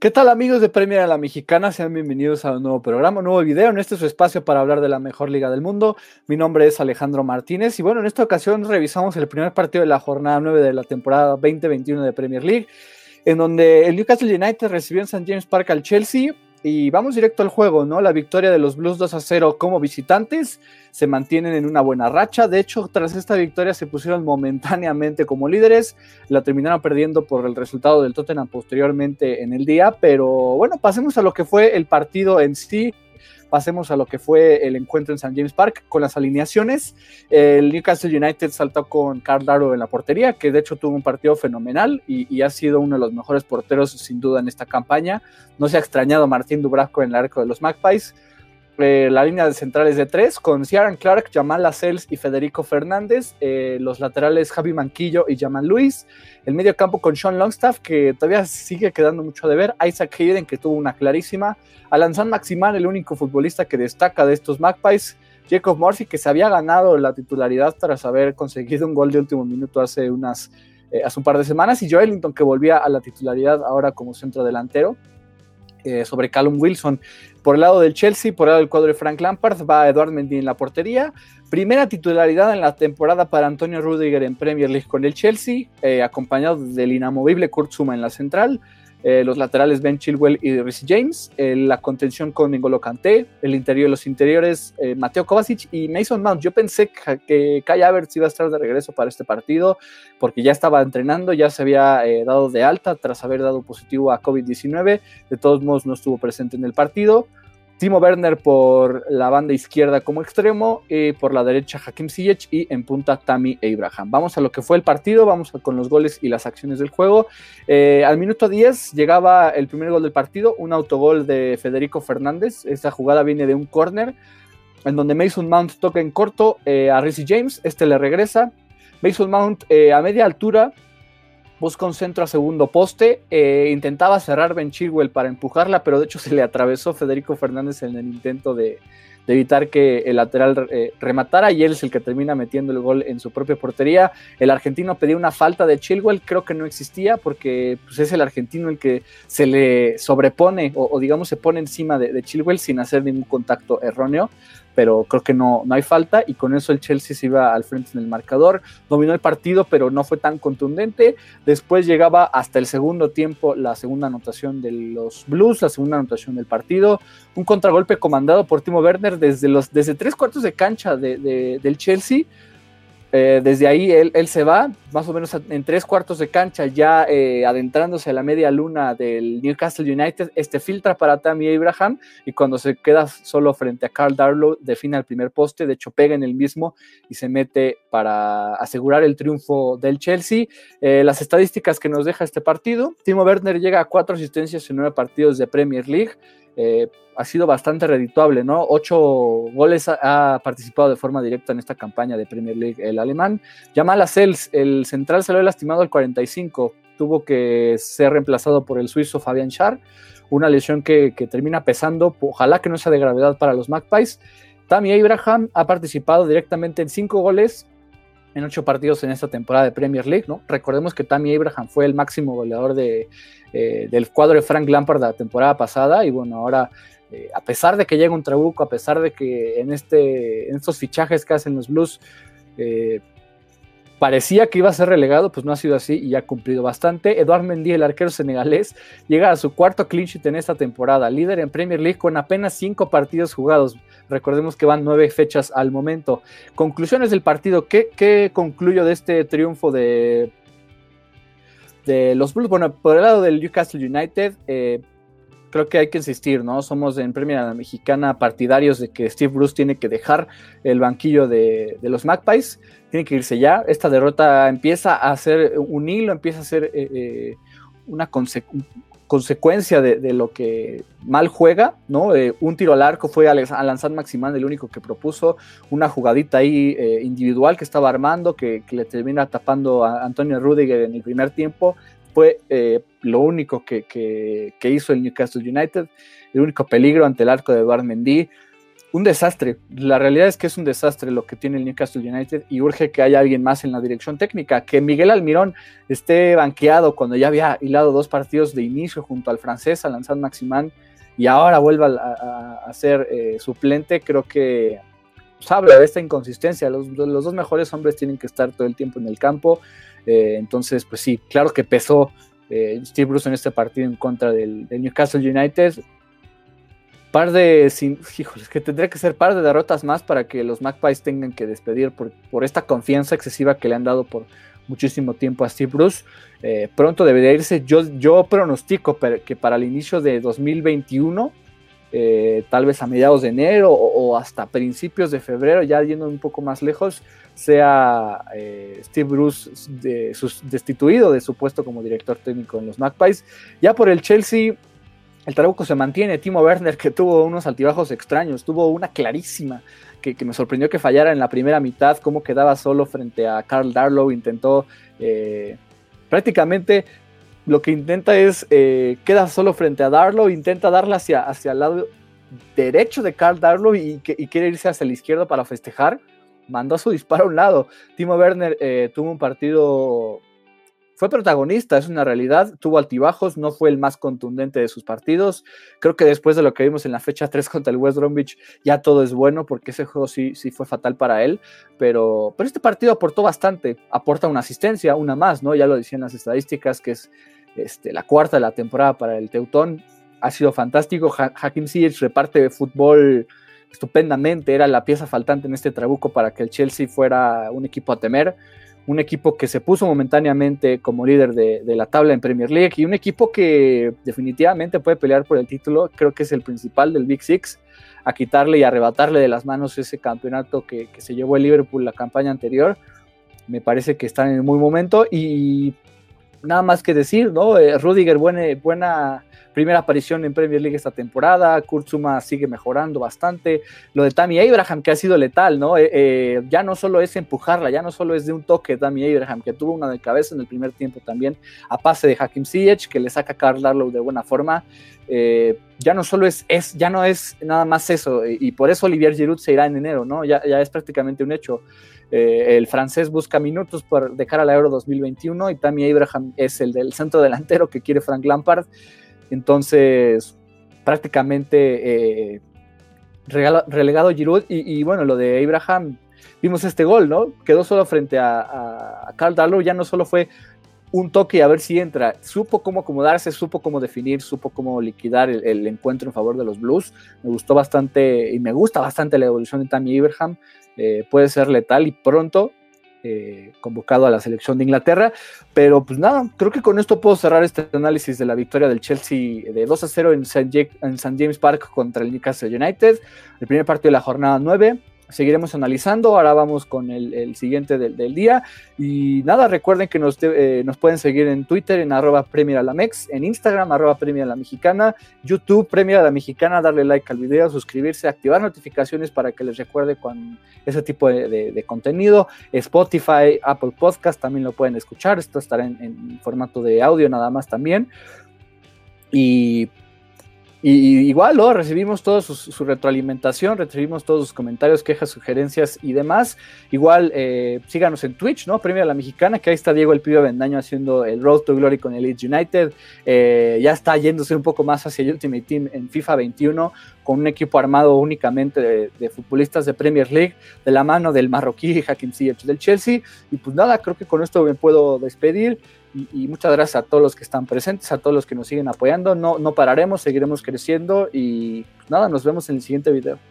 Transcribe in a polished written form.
¿Qué tal, amigos de Premier a la Mexicana? Sean bienvenidos a un nuevo programa, un nuevo video. En este es su espacio para hablar de la mejor liga del mundo. Mi nombre es Alejandro Martínez y bueno, en esta ocasión revisamos el primer partido de la jornada 9 de la temporada 2021 de Premier League, en donde el Newcastle United recibió en St. James Park al Chelsea. Y vamos directo al juego, ¿no? La victoria de los Blues 2-0 como visitantes, se mantienen en una buena racha. De hecho, tras esta victoria se pusieron momentáneamente como líderes, la terminaron perdiendo por el resultado del Tottenham posteriormente en el día, pero bueno, pasemos a lo que fue el partido en sí. Pasemos a lo que fue el encuentro en St. James Park con las alineaciones. El Newcastle United saltó con Karl Darlow en la portería, que de hecho tuvo un partido fenomenal y ha sido uno de los mejores porteros sin duda en esta campaña. No se ha extrañado Martín Dubravko en el arco de los Magpies. La línea de centrales de tres con Ciaran Clark, Jamal Lascelles y Federico Fernández, los laterales Javi Manquillo y Jamal Lewis, el medio campo con Sean Longstaff, que todavía sigue quedando mucho de ver, Isaac Hayden, que tuvo una clarísima, Alan Saint-Maximin, el único futbolista que destaca de estos Magpies, Jacob Murphy, que se había ganado la titularidad tras haber conseguido un gol de último minuto hace un par de semanas, y Joelinton, que volvía a la titularidad ahora como centro delantero, sobre Callum Wilson. Por el lado del Chelsea, por el lado del cuadro de Frank Lampard, va Edouard Mendy en la portería. Primera titularidad en la temporada para Antonio Rüdiger en Premier League con el Chelsea, acompañado del inamovible Kurt Zouma en la central. Los laterales Ben Chilwell y Reece James, la contención con N'Golo Kanté, los interiores Mateo Kovacic y Mason Mount. Yo pensé que Kai Havertz iba a estar de regreso para este partido porque ya estaba entrenando, ya se había dado de alta tras haber dado positivo a COVID-19, de todos modos no estuvo presente en el partido. Timo Werner por la banda izquierda como extremo, por la derecha Hakim Ziyech y en punta Tammy Abraham. Vamos a lo que fue el partido, vamos con los goles y las acciones del juego. Al minuto 10 llegaba el primer gol del partido, un autogol de Federico Fernández. Esta jugada viene de un córner en donde Mason Mount toca en corto a Reece James, le regresa. Mason Mount a media altura busca un centro a segundo poste, intentaba cerrar Ben Chilwell para empujarla, pero de hecho se le atravesó Federico Fernández en el intento de evitar que el lateral rematara, y él es el que termina metiendo el gol en su propia portería. El argentino pedía una falta de Chilwell, creo que no existía, porque pues, es el argentino el que se le sobrepone, o digamos se pone encima de Chilwell sin hacer ningún contacto erróneo, pero creo que no hay falta, y con eso el Chelsea se iba al frente en el marcador, dominó el partido, pero no fue tan contundente. Después llegaba hasta el segundo tiempo la segunda anotación de los Blues, la segunda anotación del partido, un contragolpe comandado por Timo Werner desde 3/4 de cancha del Chelsea. Desde ahí él se va, más o menos en 3/4 de cancha, ya adentrándose a la media luna del Newcastle United, filtra para Tammy Abraham, y cuando se queda solo frente a Karl Darlow, define el primer poste, de hecho pega en el mismo y se mete para asegurar el triunfo del Chelsea. Las estadísticas que nos deja este partido: Timo Werner llega a 4 asistencias en 9 partidos de Premier League. Ha sido bastante redituable, ¿no? 8 goles ha participado de forma directa en esta campaña de Premier League el alemán. Jamal Lascelles, el central, se lo ha lastimado al 45, tuvo que ser reemplazado por el suizo Fabian Schär, una lesión que termina pesando, ojalá que no sea de gravedad para los Magpies. Tammy Abraham ha participado directamente en 5 goles en 8 partidos en esta temporada de Premier League, ¿no? Recordemos que Tammy Abraham fue el máximo goleador del cuadro de Frank Lampard la temporada pasada, y bueno, ahora a pesar de que llega un trabuco, a pesar de que en estos fichajes que hacen los Blues parecía que iba a ser relegado, pues no ha sido así y ha cumplido bastante. Edouard Mendy, el arquero senegalés, llega a su 4º clean sheet en esta temporada, líder en Premier League con apenas 5 partidos jugados. Recordemos que van 9 fechas al momento. Conclusiones del partido. ¿Qué concluyo de este triunfo de los Blues? Bueno, por el lado del Newcastle United, creo que hay que insistir, ¿no? Somos en Premier a la Mexicana partidarios de que Steve Bruce tiene que dejar el banquillo de los Magpies, tiene que irse ya. Esta derrota empieza a ser un hilo, empieza a ser una consecuencia de lo que mal juega, ¿no? Un tiro al arco fue Alan Saint-Maximin el único que propuso, una jugadita ahí individual que estaba armando, que le termina tapando a Antonio Rüdiger en el primer tiempo. Fue lo único que hizo el Newcastle United, el único peligro ante el arco de Edouard Mendy. Un desastre. La realidad es que es un desastre lo que tiene el Newcastle United y urge que haya alguien más en la dirección técnica. Que Miguel Almirón esté banqueado cuando ya había hilado 2 partidos de inicio junto al francés, Alain Saint-Maximin, y ahora vuelva a ser suplente, creo que habla de esta inconsistencia. Los 2 mejores hombres tienen que estar todo el tiempo en el campo. Entonces, pues sí, claro que pesó Steve Bruce en este partido en contra del Newcastle United. Híjoles, que tendría que ser par de derrotas más para que los Magpies tengan que despedir por esta confianza excesiva que le han dado por muchísimo tiempo a Steve Bruce. Pronto debería irse. Yo pronostico que para el inicio de 2021, tal vez a mediados de enero o hasta principios de febrero, ya yendo un poco más lejos, sea Steve Bruce destituido de su puesto como director técnico en los Magpies. Ya por el Chelsea, el trabuco se mantiene. Timo Werner, que tuvo unos altibajos extraños, tuvo una clarísima que me sorprendió que fallara en la primera mitad, cómo quedaba solo frente a Karl Darlow. Intentó prácticamente lo que intenta es queda solo frente a Darlow, intenta darla hacia el lado derecho de Karl Darlow y quiere irse hacia la izquierda para festejar. Mandó su disparo a un lado. Timo Werner tuvo un partido... Fue protagonista, es una realidad, tuvo altibajos, no fue el más contundente de sus partidos. Creo que después de lo que vimos en la fecha 3 contra el West Bromwich, ya todo es bueno, porque ese juego sí fue fatal para él. Pero este partido aportó bastante, aporta una asistencia, una más, ¿no? Ya lo decían las estadísticas, que es la 4ª de la temporada para el Teutón. Ha sido fantástico. Hakim Ziyech reparte fútbol estupendamente, era la pieza faltante en este trabuco para que el Chelsea fuera un equipo a temer. Un equipo que se puso momentáneamente como líder de la tabla en Premier League y un equipo que definitivamente puede pelear por el título. Creo que es el principal del Big Six, a quitarle y arrebatarle de las manos ese campeonato que se llevó el Liverpool la campaña anterior. Me parece que están en un muy momento y nada más que decir, ¿no? Rudiger, buena primera aparición en Premier League esta temporada. Kurt Zouma sigue mejorando bastante. Lo de Tammy Abraham, que ha sido letal, ¿no? Ya no solo es empujarla, ya no solo es de un toque Tammy Abraham, que tuvo una de cabeza en el primer tiempo también, a pase de Hakim Ziyech, que le saca a Karl Darlow de buena forma. Ya no solo ya no es nada más eso, y por eso Olivier Giroud se irá en enero, ¿no? Ya es prácticamente un hecho. El francés busca minutos de cara a la Euro 2021 y Tammy Abraham es el del centro delantero que quiere Frank Lampard. Entonces, prácticamente relegado Giroud y bueno, lo de Abraham, vimos este gol, ¿no? Quedó solo frente a Karl Darlow, ya no solo fue un toque a ver si entra, supo cómo acomodarse, supo cómo definir, supo cómo liquidar el encuentro en favor de los Blues. Me gustó bastante y me gusta bastante la evolución de Tammy Abraham. Puede ser letal y pronto convocado a la selección de Inglaterra, pero pues nada, creo que con esto puedo cerrar este análisis de la victoria del Chelsea de 2-0 en St. James Park contra el Newcastle United, el primer partido de la jornada 9. Seguiremos analizando, ahora vamos con el siguiente del día, y nada, recuerden que nos pueden seguir en Twitter en @PremierAlamex, en Instagram @PremierAlaMexicana, YouTube Premier a la Mexicana, darle like al video, suscribirse, activar notificaciones para que les recuerde con ese tipo de contenido. Spotify, Apple Podcast también lo pueden escuchar, esto estará en formato de audio nada más también, y igual, ¿no? Recibimos toda su retroalimentación, recibimos todos sus comentarios, quejas, sugerencias y demás. Igual, síganos en Twitch, ¿no? Premier a la Mexicana, que ahí está Diego El Pibe Avendaño haciendo el Road to Glory con el Leeds United. Ya está yéndose un poco más hacia el Ultimate Team en FIFA 21, con un equipo armado únicamente de futbolistas de Premier League, de la mano del marroquí Hakim Ziyech del Chelsea. Y pues nada, creo que con esto me puedo despedir. Y muchas gracias a todos los que están presentes, a todos los que nos siguen apoyando. No pararemos, seguiremos creciendo y pues nada, nos vemos en el siguiente video.